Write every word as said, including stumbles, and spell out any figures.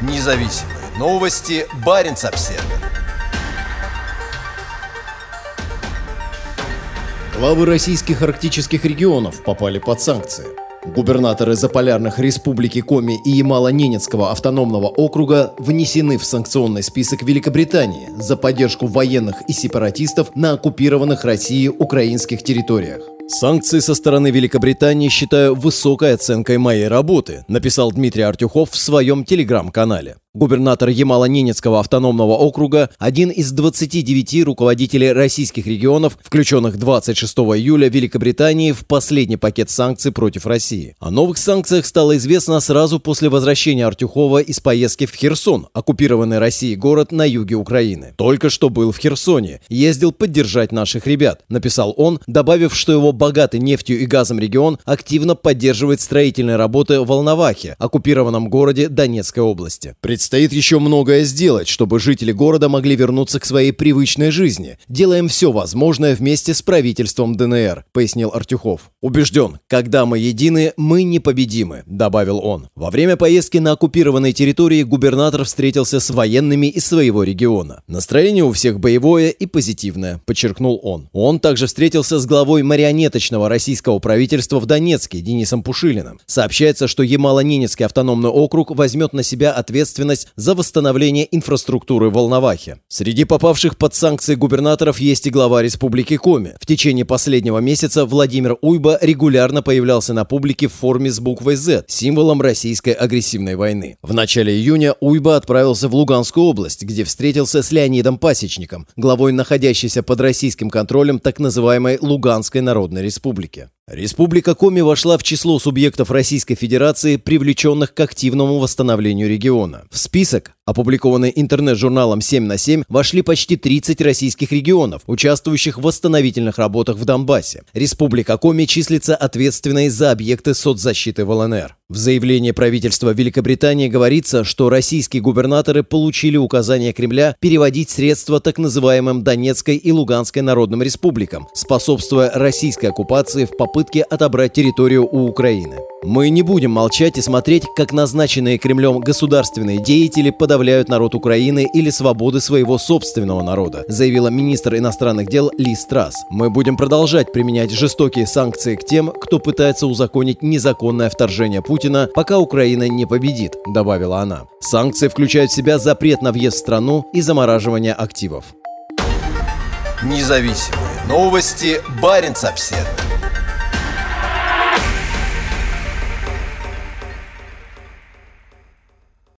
Независимые новости. Баренц-Обсервер. Главы российских арктических регионов попали под санкции. Губернаторы заполярных республики Коми и Ямало-Ненецкого автономного округа внесены в санкционный список Великобритании за поддержку военных и сепаратистов на оккупированных Россией украинских территориях. «Санкции со стороны Великобритании считаю высокой оценкой моей работы», написал Дмитрий Артюхов в своем телеграм-канале. Губернатор Ямало-Ненецкого автономного округа – один из двадцати девяти руководителей российских регионов, включенных двадцать шестого июля Великобритании в последний пакет санкций против России. О новых санкциях стало известно сразу после возвращения Артюхова из поездки в Херсон, оккупированный Россией город на юге Украины. «Только что был в Херсоне, ездил поддержать наших ребят», написал он, добавив, что его богатый нефтью и газом регион активно поддерживает строительные работы в Волновахе, оккупированном городе Донецкой области. Предстоит еще многое сделать, чтобы жители города могли вернуться к своей привычной жизни. Делаем все возможное вместе с правительством ДНР, пояснил Артюхов. Убежден, когда мы едины, мы непобедимы, добавил он. Во время поездки на оккупированной территории губернатор встретился с военными из своего региона. Настроение у всех боевое и позитивное, подчеркнул он. Он также встретился с главой марионеточного российского правительства в Донецке Денисом Пушилиным. Сообщается, что Ямало-Ненецкий автономный округ возьмет на себя ответственность за восстановление инфраструктуры в Волновахе. Среди попавших под санкции губернаторов есть и глава республики Коми. В течение последнего месяца Владимир Уйба регулярно появлялся на публике в форме с буквой «З», символом российской агрессивной войны. В начале июня Уйба отправился в Луганскую область, где встретился с Леонидом Пасечником, главой находящейся под российским контролем так называемой Луганской Народной Республики. Республика Коми вошла в число субъектов Российской Федерации, привлеченных к активному восстановлению региона. В список, опубликованный интернет-журналом семь на семь, вошли почти тридцать российских регионов, участвующих в восстановительных работах в Донбассе. Республика Коми числится ответственной за объекты соцзащиты в ЛНР. В заявлении правительства Великобритании говорится, что российские губернаторы получили указание Кремля переводить средства так называемым Донецкой и Луганской народным республикам, способствуя российской оккупации в попытке отобрать территорию у Украины. «Мы не будем молчать и смотреть, как назначенные Кремлем государственные деятели подавляют народ Украины или свободы своего собственного народа», заявила министр иностранных дел Лиз Трасс. «Мы будем продолжать применять жестокие санкции к тем, кто пытается узаконить незаконное вторжение Путина, пока Украина не победит», добавила она. Санкции включают в себя запрет на въезд в страну и замораживание активов. Независимые новости. Баренц-Обсервер.